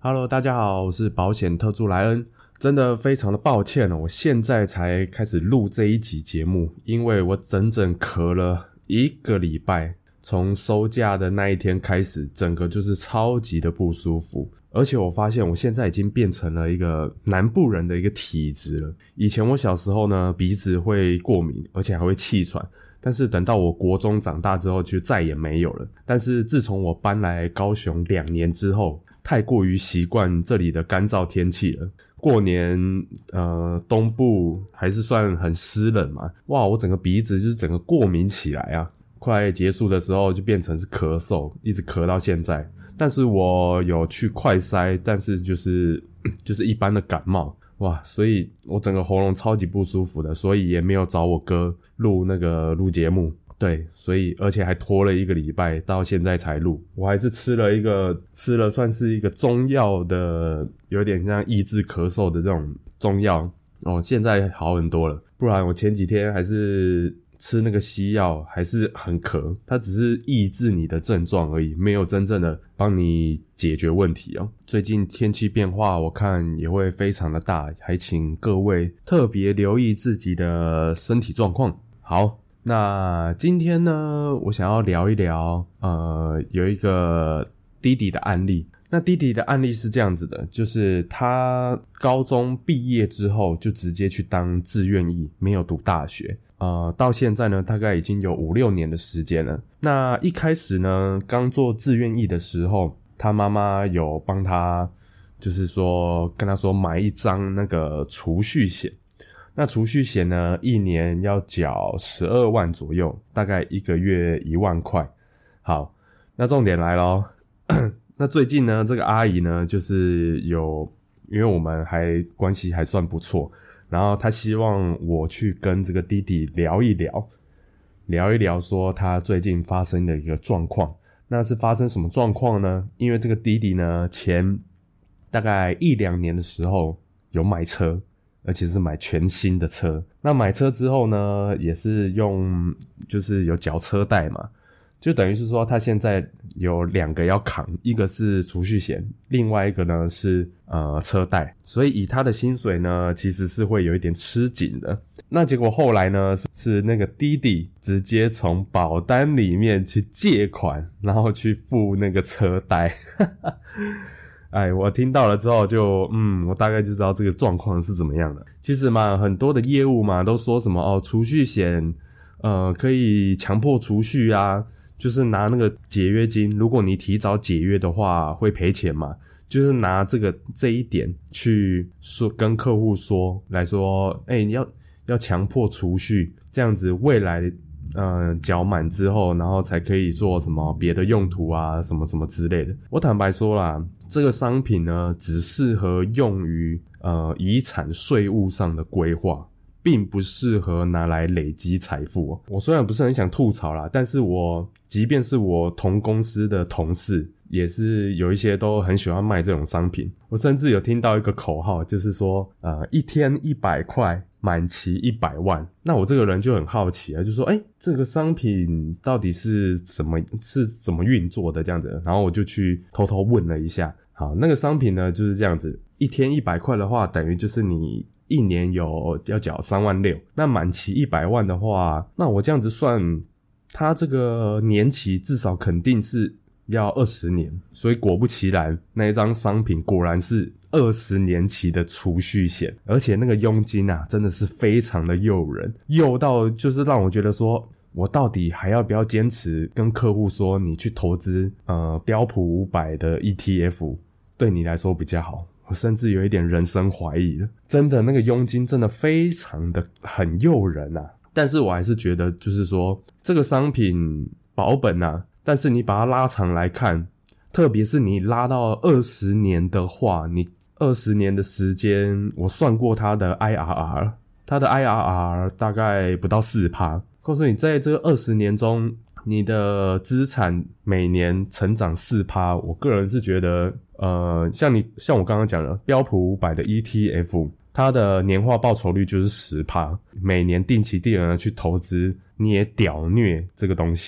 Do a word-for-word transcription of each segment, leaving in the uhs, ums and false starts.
Hello， 大家好，我是保险特助莱恩。真的非常的抱歉哦，我现在才开始录这一集节目，因为我整整咳了一个礼拜，从收假的那一天开始，整个就是超级的不舒服。而且我发现我现在已经变成了一个南部人的一个体质了。以前我小时候呢，鼻子会过敏，而且还会气喘。但是等到我国中长大之后就再也没有了。但是自从我搬来高雄两年之后，太过于习惯这里的干燥天气了。过年呃东部还是算很湿冷嘛，哇，我整个鼻子就是整个过敏起来啊。快结束的时候就变成是咳嗽，一直咳到现在。但是我有去快筛，但是就是就是一般的感冒。哇，所以我整个喉咙超级不舒服的，所以也没有找我哥录那个录节目。对，所以而且还拖了一个礼拜，到现在才录。我还是吃了一个吃了算是一个中药的，有点像抑制咳嗽的这种中药哦，现在好很多了。不然我前几天还是吃那个西药，还是很咳，它只是抑制你的症状而已，没有真正的帮你解决问题哦。最近天气变化我看也会非常的大，还请各位特别留意自己的身体状况。好，那今天呢，我想要聊一聊呃有一个弟弟的案例。那弟弟的案例是这样子的，就是他高中毕业之后就直接去当志愿役，没有读大学。呃，到现在呢，大概已经有五六年的时间了。那一开始呢，刚做志愿役的时候，他妈妈有帮他，就是说跟他说买一张那个储蓄险。那储蓄险呢，一年要缴十二万左右，大概一个月一万块。好，那重点来咯。那最近呢，这个阿姨呢，就是有，因为我们还关系还算不错，然后她希望我去跟这个弟弟聊一聊，聊一聊说他最近发生的一个状况。那是发生什么状况呢？因为这个弟弟呢，前大概一两年的时候有买车，而且是买全新的车。那买车之后呢，也是用就是有缴车贷嘛。就等于是说他现在有两个要扛，一个是储蓄险，另外一个呢是呃车贷，所以以他的薪水呢其实是会有一点吃紧的。那结果后来呢是是那个弟弟直接从保单里面去借款，然后去付那个车贷。哎，我听到了之后就嗯我大概就知道这个状况是怎么样的。其实嘛，很多的业务嘛都说什么哦储蓄险呃可以强迫储蓄啊，就是拿那个解约金，如果你提早解约的话会赔钱嘛，就是拿这个这一点去说跟客户说来说，诶、欸、要要强迫储蓄，这样子未来呃缴满之后，然后才可以做什么别的用途啊，什么什么之类的。我坦白说啦，这个商品呢只适合用于呃遗产税务上的规划，并不适合拿来累积财富哦。我虽然不是很想吐槽啦，但是我即便是我同公司的同事，也是有一些都很喜欢卖这种商品。我甚至有听到一个口号，就是说呃一天一百块，满期一百万。那我这个人就很好奇啊，就说诶这个商品到底是怎么是怎么运作的这样子，然后我就去偷偷问了一下。好，那个商品呢就是这样子，一天一百块的话，等于就是你一年有要缴三万六，那满期一百万的话，那我这样子算，它这个年期至少肯定是要二十年，所以果不其然，那一张商品果然是二十年期的储蓄险，而且那个佣金啊，真的是非常的诱人，诱到就是让我觉得说，我到底还要不要坚持跟客户说，你去投资呃标普五百的 E T F 对你来说比较好。我甚至有一点人生怀疑了，真的那个佣金真的非常的很诱人啊。但是我还是觉得就是说这个商品保本啊，但是你把它拉长来看，特别是你拉到二十年的话，你二十年的时间，我算过它的 I R R， 它的 I R R 大概不到 百分之四， 告诉你在这个二十年中你的资产每年成长 百分之四， 我个人是觉得呃，像你像我刚刚讲的标普五百的 E T F， 它的年化报酬率就是 百分之十， 每年定期定额去投资，你也屌虐这个东西。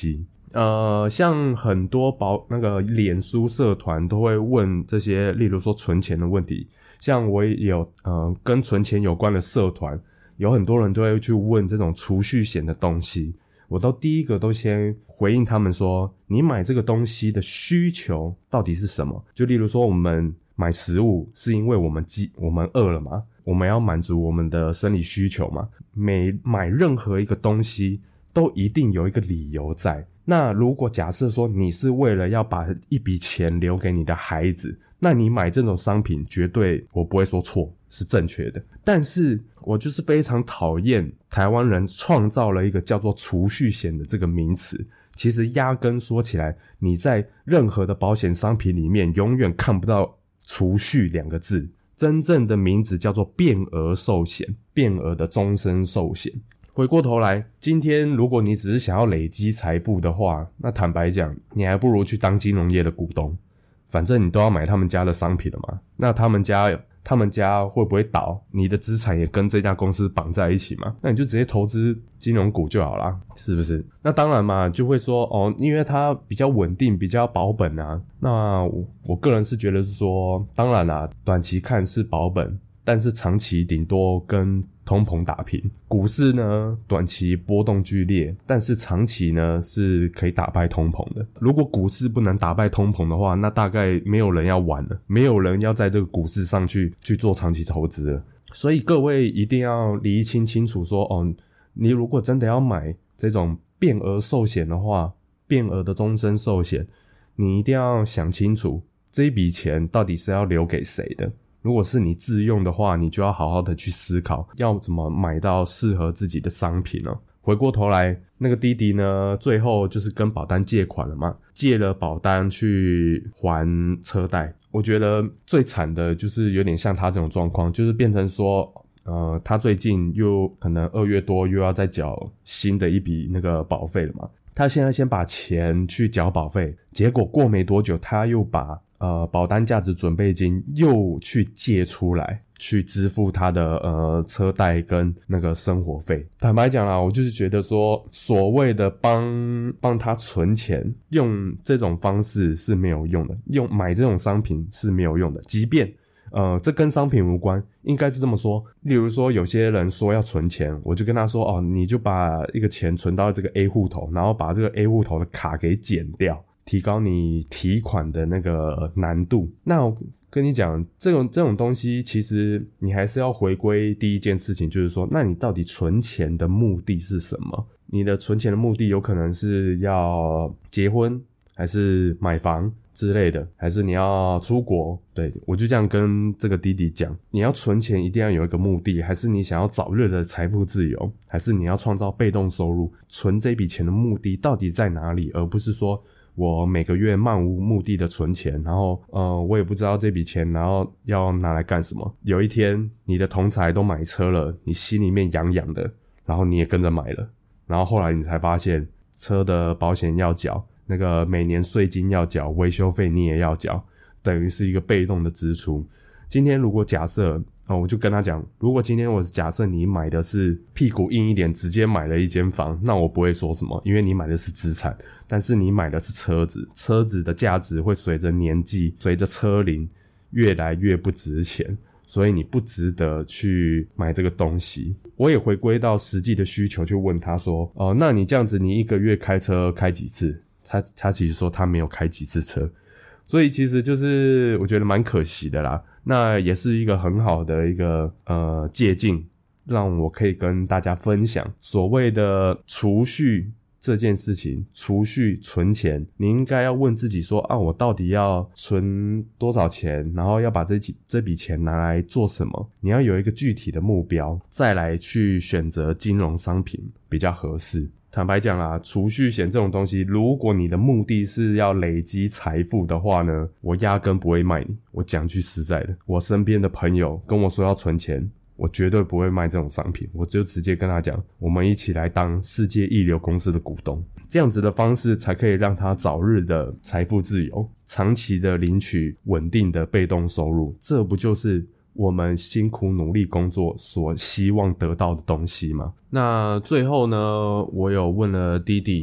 呃，像很多保那个脸书社团都会问这些，例如说存钱的问题。像我也有呃跟存钱有关的社团，有很多人都会去问这种储蓄险的东西。我都第一个都先回应他们说，你买这个东西的需求到底是什么？就例如说我们买食物是因为我们饥我们饿了嘛，我们要满足我们的生理需求嘛。每买任何一个东西都一定有一个理由在。那如果假设说你是为了要把一笔钱留给你的孩子，那你买这种商品绝对我不会说错，是正确的。但是我就是非常讨厌台湾人创造了一个叫做储蓄险的这个名词。其实压根说起来，你在任何的保险商品里面永远看不到储蓄两个字，真正的名字叫做变额寿险，变额的终身寿险。回过头来，今天如果你只是想要累积财富的话，那坦白讲，你还不如去当金融业的股东，反正你都要买他们家的商品了嘛。那他们家他们家会不会倒，你的资产也跟这家公司绑在一起嘛，那你就直接投资金融股就好啦，是不是？那当然嘛，就会说哦，因为它比较稳定，比较保本啊。那 我, 我个人是觉得是说，当然啦，短期看是保本，但是长期顶多跟通膨打平。股市呢，短期波动剧烈，但是长期呢是可以打败通膨的。如果股市不能打败通膨的话，那大概没有人要玩了，没有人要在这个股市上去去做长期投资了。所以各位一定要厘清清楚说，哦，你如果真的要买这种变额寿险的话，变额的终身寿险，你一定要想清楚这一笔钱到底是要留给谁的。如果是你自用的话，你就要好好的去思考要怎么买到适合自己的商品哦。回过头来，那个弟弟呢，最后就是跟保单借款了嘛，借了保单去还车贷。我觉得最惨的就是有点像他这种状况，就是变成说呃，他最近又可能二月多又要再缴新的一笔那个保费了嘛。他现在先把钱去缴保费，结果过没多久他又把呃保单价值准备金又去借出来，去支付他的呃车贷跟那个生活费。坦白讲啦，我就是觉得说，所谓的帮帮他存钱，用这种方式是没有用的，用买这种商品是没有用的。即便呃这跟商品无关，应该是这么说。例如说有些人说要存钱，我就跟他说哦，你就把一个钱存到这个 A 户头，然后把这个 A 户头的卡给剪掉，提高你提款的那个难度。那我跟你讲，这种这种东西其实你还是要回归第一件事情，就是说那你到底存钱的目的是什么？你的存钱的目的有可能是要结婚，还是买房之类的，还是你要出国。对，我就这样跟这个弟弟讲，你要存钱一定要有一个目的，还是你想要早日的财富自由，还是你要创造被动收入？存这笔钱的目的到底在哪里？而不是说我每个月漫无目的的存钱，然后呃，我也不知道这笔钱然后要拿来干什么。有一天你的同侪都买车了，你心里面痒痒的，然后你也跟着买了，然后后来你才发现车的保险要缴，那个每年税金要缴，维修费你也要缴，等于是一个被动的支出。今天如果假设哦，我就跟他讲，如果今天我假设你买的是屁股硬一点，直接买了一间房，那我不会说什么，因为你买的是资产。但是你买的是车子，车子的价值会随着年纪，随着车龄越来越不值钱，所以你不值得去买这个东西。我也回归到实际的需求，去问他说哦，那你这样子你一个月开车开几次？他他其实说他没有开几次车，所以其实就是我觉得蛮可惜的啦。那也是一个很好的一个呃借鉴，让我可以跟大家分享所谓的储蓄这件事情。储蓄存钱，你应该要问自己说啊，我到底要存多少钱，然后要把这这笔钱拿来做什么？你要有一个具体的目标，再来去选择金融商品比较合适。坦白讲啦，储蓄险这种东西，如果你的目的是要累积财富的话呢，我压根不会卖你。我讲句实在的，我身边的朋友跟我说要存钱，我绝对不会卖这种商品，我就直接跟他讲，我们一起来当世界一流公司的股东。这样子的方式才可以让他早日的财富自由，长期的领取稳定的被动收入，这不就是我们辛苦努力工作所希望得到的东西吗？那最后呢，我有问了弟弟，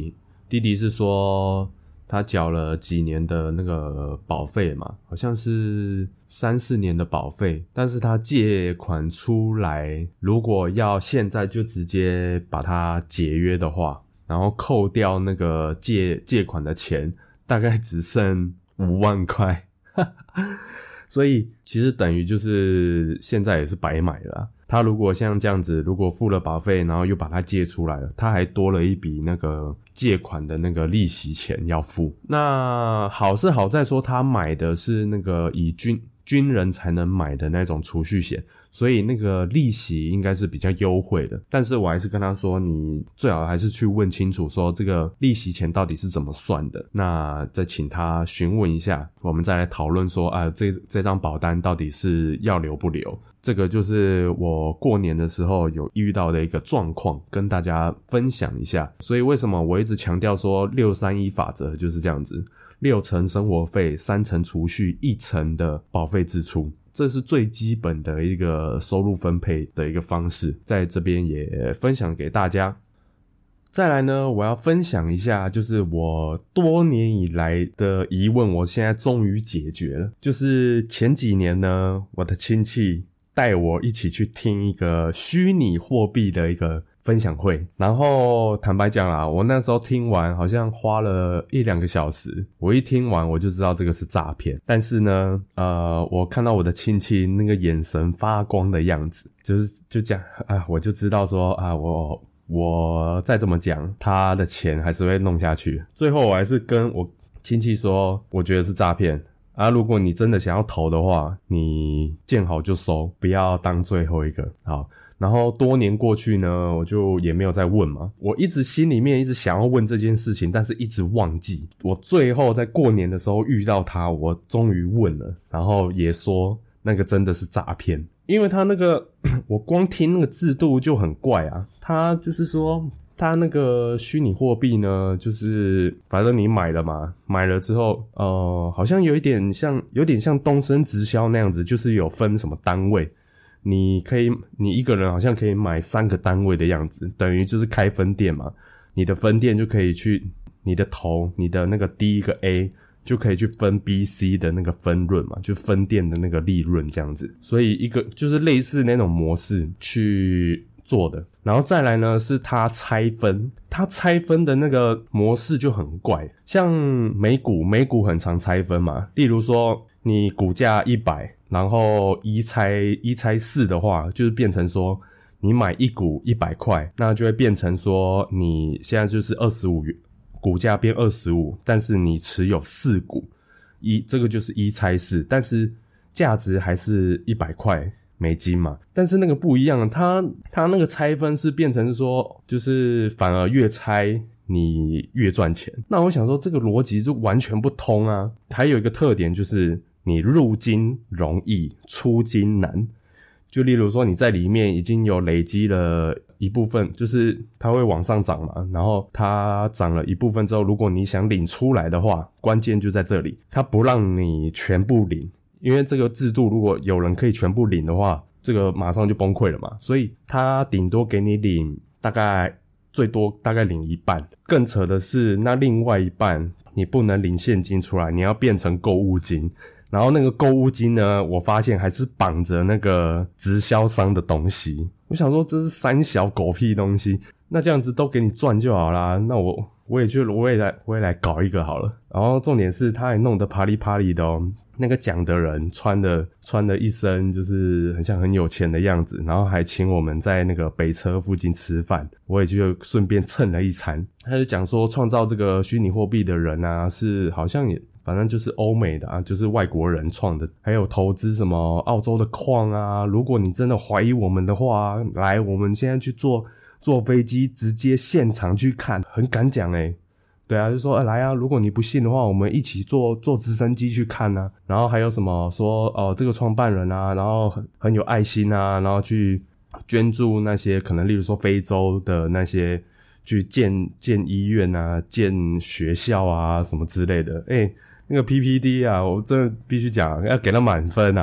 弟弟是说他缴了几年的那个保费嘛，好像是三四年的保费，但是他借款出来，如果要现在就直接把它解约的话，然后扣掉那个借借款的钱，大概只剩五万块。所以其实等于就是现在也是白买了啦。他如果像这样子，如果付了保费，然后又把它借出来了，他还多了一笔那个借款的那个利息钱要付。那好是好在说他买的是那个以军军人才能买的那种储蓄险，所以那个利息应该是比较优惠的。但是我还是跟他说，你最好还是去问清楚说这个利息钱到底是怎么算的，那再请他询问一下，我们再来讨论说啊，这这张保单到底是要留不留。这个就是我过年的时候有遇到的一个状况，跟大家分享一下。所以为什么我一直强调说六三一法则就是这样子，六成生活费，三成储蓄，一成的保费支出，这是最基本的一个收入分配的一个方式，在这边也分享给大家。再来呢，我要分享一下，就是我多年以来的疑问，我现在终于解决了。就是前几年呢，我的亲戚带我一起去听一个虚拟货币的一个分享会，然后坦白讲啦，我那时候听完好像花了一两个小时，我一听完我就知道这个是诈骗。但是呢呃我看到我的亲戚那个眼神发光的样子，就是就这样啊，我就知道说啊我我再这么讲，他的钱还是会弄下去。最后我还是跟我亲戚说，我觉得是诈骗啊，如果你真的想要投的话，你见好就收，不要当最后一个。好，然后多年过去呢，我就也没有再问嘛。我一直心里面一直想要问这件事情，但是一直忘记。我最后在过年的时候遇到他，我终于问了，然后也说那个真的是诈骗。因为他那个我光听那个制度就很怪啊，他就是说他那个虚拟货币呢，就是反正你买了嘛，买了之后呃好像有一点像有点像东升直销那样子，就是有分什么单位，你可以你一个人好像可以买三个单位的样子，等于就是开分店嘛，你的分店就可以去你的头你的那个第一个 A就可以去分 B、C 的那个分润嘛，就分店的那个利润这样子。所以一个就是类似那种模式去做的。然后再来呢是他拆分，他拆分的那个模式就很怪，像美股美股很常拆分嘛，例如说你股价一百，然后一拆一拆四的话，就是变成说你买一股一百块，那就会变成说你现在就是二十五元，股价变二十五，但是你持有四股，一这个就是一拆四，但是价值还是一百块美金嘛。但是那个不一样，它它那个拆分是变成说，就是反而越拆你越赚钱。那我想说这个逻辑就完全不通啊。还有一个特点就是你入金容易，出金难。就例如说你在里面已经有累积了一部分，就是它会往上涨嘛，然后它涨了一部分之后，如果你想领出来的话，关键就在这里，它不让你全部领，因为这个制度如果有人可以全部领的话，这个马上就崩溃了嘛，所以它顶多给你领大概最多大概领一半。更扯的是那另外一半你不能领现金出来，你要变成购物金，然后那个购物金呢，我发现还是绑着那个直销商的东西。我想说这是三小狗屁东西，那这样子都给你赚就好啦，那我我也觉得我也来我也来搞一个好了。然后重点是他还弄得啪里啪里的哦，那个讲的人穿的穿的一身就是很像很有钱的样子，然后还请我们在那个北车附近吃饭，我也就顺便蹭了一餐。他就讲说创造这个虚拟货币的人啊，是好像也反正就是欧美的啊，就是外国人创的，还有投资什么澳洲的矿啊，如果你真的怀疑我们的话，来我们现在去坐坐飞机直接现场去看，很敢讲诶。对啊，就说、欸、来啊，如果你不信的话，我们一起坐坐直升机去看啊。然后还有什么说哦、呃，这个创办人啊，然后很很有爱心啊，然后去捐助那些可能例如说非洲的那些去建建医院啊，建学校啊什么之类的。诶那个 P P T 啊，我真的必须讲要给他满分啊，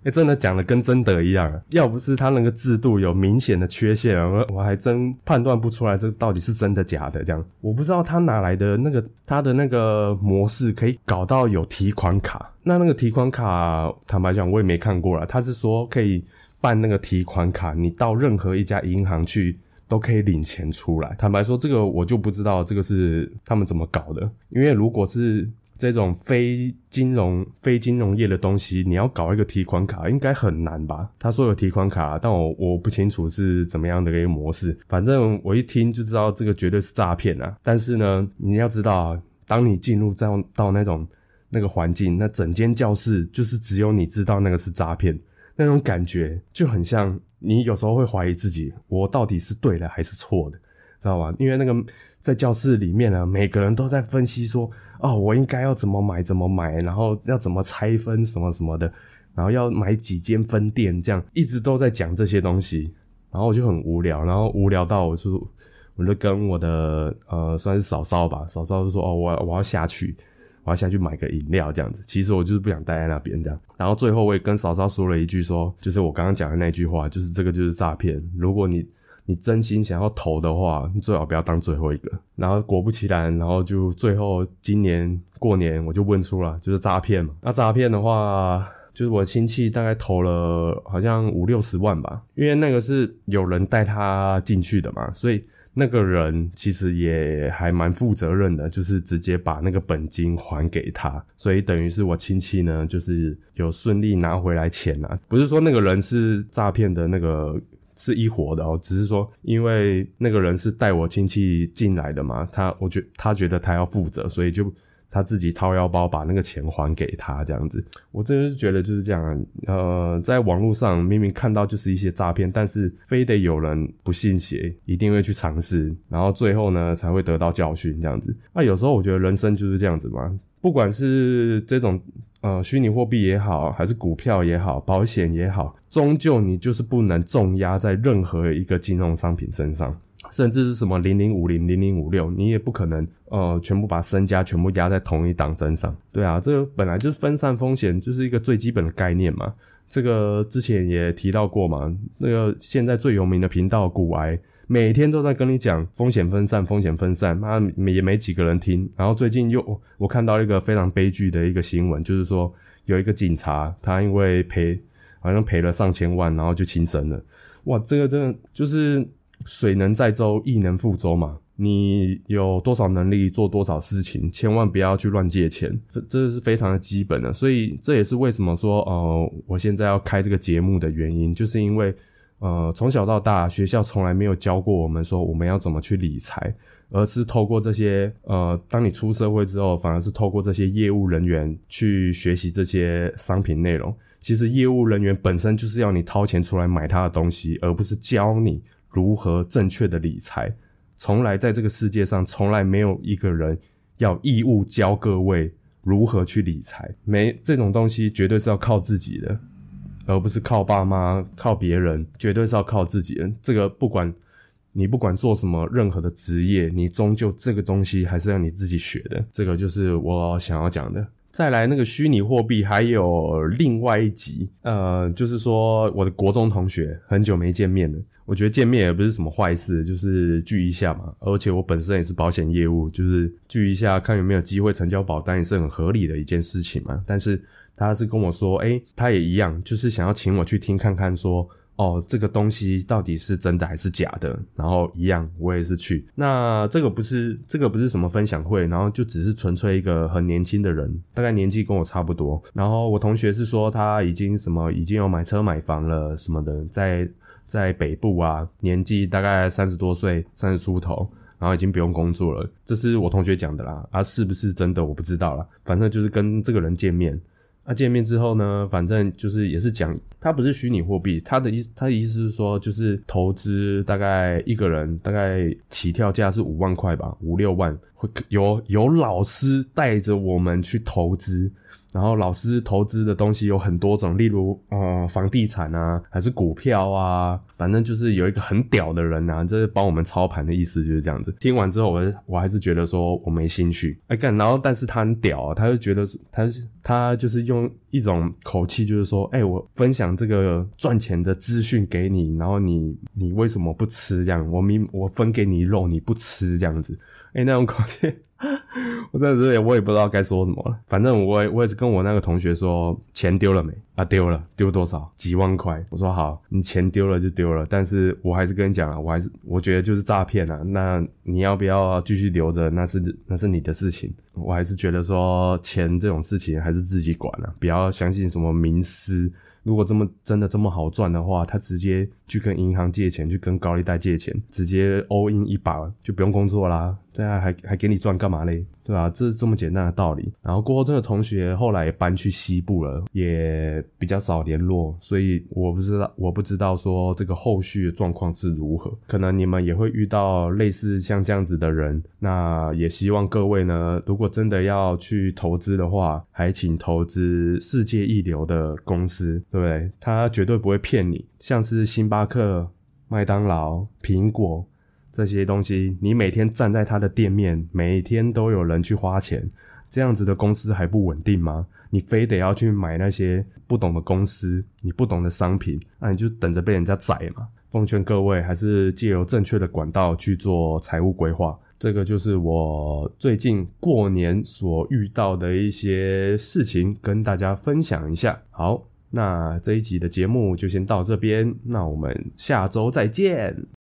欸，真的讲的跟真的一样，要不是他那个制度有明显的缺陷，我我还真判断不出来这到底是真的假的这样。我不知道他哪来的那个他的那个模式可以搞到有提款卡，那那个提款卡坦白讲我也没看过啦，他是说可以办那个提款卡，你到任何一家银行去都可以领钱出来。坦白说这个我就不知道这个是他们怎么搞的，因为如果是这种非金融非金融业的东西，你要搞一个提款卡应该很难吧。他说有提款卡，但我我不清楚是怎么样的一个模式，反正我一听就知道这个绝对是诈骗啊。但是呢你要知道啊，当你进入到到那种那个环境，那整间教室就是只有你知道那个是诈骗，那种感觉就很像你有时候会怀疑自己，我到底是对的还是错的，知道吧？因为那个在教室里面呢，每个人都在分析说，哦，我应该要怎么买怎么买，然后要怎么拆分什么什么的，然后要买几间分店，这样一直都在讲这些东西，然后我就很无聊，然后无聊到我就我就跟我的呃算是嫂嫂吧，嫂嫂就说，哦，我我要下去。我要下去买个饮料这样子，其实我就是不想待在那边这样。然后最后我也跟嫂嫂说了一句说，就是我刚刚讲的那句话，就是这个就是诈骗，如果你你真心想要投的话，你最好不要当最后一个。然后果不其然，然后就最后今年过年我就问出了，就是诈骗嘛。那诈骗的话，就是我亲戚大概投了好像五六十万吧，因为那个是有人带他进去的嘛，所以那个人其实也还蛮负责任的，就是直接把那个本金还给他，所以等于是我亲戚呢就是有顺利拿回来钱啊。不是说那个人是诈骗的那个是一伙的哦，只是说因为那个人是带我亲戚进来的嘛，他我觉他觉得他要负责，所以就他自己掏腰包把那个钱还给他这样子。我真的是觉得就是这样，呃，在网络上明明看到就是一些诈骗，但是非得有人不信邪，一定会去尝试，然后最后呢才会得到教训这样子。那有时候我觉得人生就是这样子嘛，不管是这种呃虚拟货币也好，还是股票也好，保险也好，终究你就是不能重压在任何一个金融商品身上。甚至是什么零零五零、零零五六，你也不可能呃全部把身家全部压在同一档身上。对啊，这个本来就是分散风险，就是一个最基本的概念嘛。这个之前也提到过嘛，那个现在最有名的频道股癌，每天都在跟你讲风险分散，风险分散，妈也没几个人听。然后最近又我看到一个非常悲剧的一个新闻，就是说有一个警察，他因为赔好像赔了上千万，然后就轻生了。哇，这个真的就是水能载舟，亦能覆舟嘛。你有多少能力做多少事情，千万不要去乱借钱，这这是非常的基本的。所以这也是为什么说呃我现在要开这个节目的原因，就是因为呃从小到大学校从来没有教过我们说我们要怎么去理财，而是透过这些呃当你出社会之后，反而是透过这些业务人员去学习这些商品内容。其实业务人员本身就是要你掏钱出来买他的东西，而不是教你如何正确的理财。从来在这个世界上从来没有一个人要义务教各位如何去理财，没这种东西绝对是要靠自己的，而不是靠爸妈靠别人，绝对是要靠自己的。这个不管你不管做什么任何的职业，你终究这个东西还是要你自己学的，这个就是我想要讲的。再来那个虚拟货币还有另外一集，呃，就是说我的国中同学很久没见面了，我觉得见面也不是什么坏事，就是聚一下嘛，而且我本身也是保险业务，就是聚一下看有没有机会成交保单也是很合理的一件事情嘛。但是他是跟我说诶他也一样，就是想要请我去听看看说哦，这个东西到底是真的还是假的，然后一样我也是去。那这个不是这个不是什么分享会，然后就只是纯粹一个很年轻的人，大概年纪跟我差不多，然后我同学是说他已经什么已经有买车买房了什么的，在在北部啊，年纪大概三十多岁三十出头，然后已经不用工作了，这是我同学讲的啦，啊是不是真的我不知道啦，反正就是跟这个人见面。那、啊、见面之后呢，反正就是也是讲，他不是虚拟货币，他的意思，他的意思是说，就是投资大概一个人大概起跳价是五万块吧，五六万，会有有老师带着我们去投资， 然后老师投资的东西有很多种，例如呃房地产啊，还是股票啊，反正就是有一个很屌的人啊，就是帮我们操盘的意思就是这样子。听完之后我我还是觉得说我没兴趣，哎干，然后但是他很屌啊，他就觉得他他就是用一种口气就是说，哎、欸、我分享这个赚钱的资讯给你，然后你你为什么不吃这样，我明我分给你肉你不吃这样子，哎、欸、那种口气我真的是我也不知道该说什么了。反正我也我也是跟我那个同学说，钱丢了没啊？丢了，丢多少？几万块。我说好，你钱丢了就丢了，但是我还是跟你讲啊，我还是我觉得就是诈骗啊。那你要不要继续留着？那是那是你的事情。我还是觉得说钱这种事情还是自己管啊，不要相信什么名师。如果这么真的这么好赚的话，他直接去跟银行借钱，去跟高利贷借钱，直接 all in 一把就不用工作啦，这样还还给你赚干嘛嘞？对吧？这是这么简单的道理。然后过后这个同学后来也搬去西部了，也比较少联络，所以我不知道我不知道说这个后续的状况是如何。可能你们也会遇到类似像这样子的人，那也希望各位呢，如果真的要去投资的话，还请投资世界一流的公司，对不对？他绝对不会骗你，像是星巴克、麦当劳、苹果这些东西，你每天站在他的店面，每天都有人去花钱，这样子的公司还不稳定吗？你非得要去买那些不懂的公司，你不懂的商品，那你就等着被人家宰嘛。奉劝各位还是借由正确的管道去做财务规划，这个就是我最近过年所遇到的一些事情，跟大家分享一下。好，那这一集的节目就先到这边，那我们下周再见。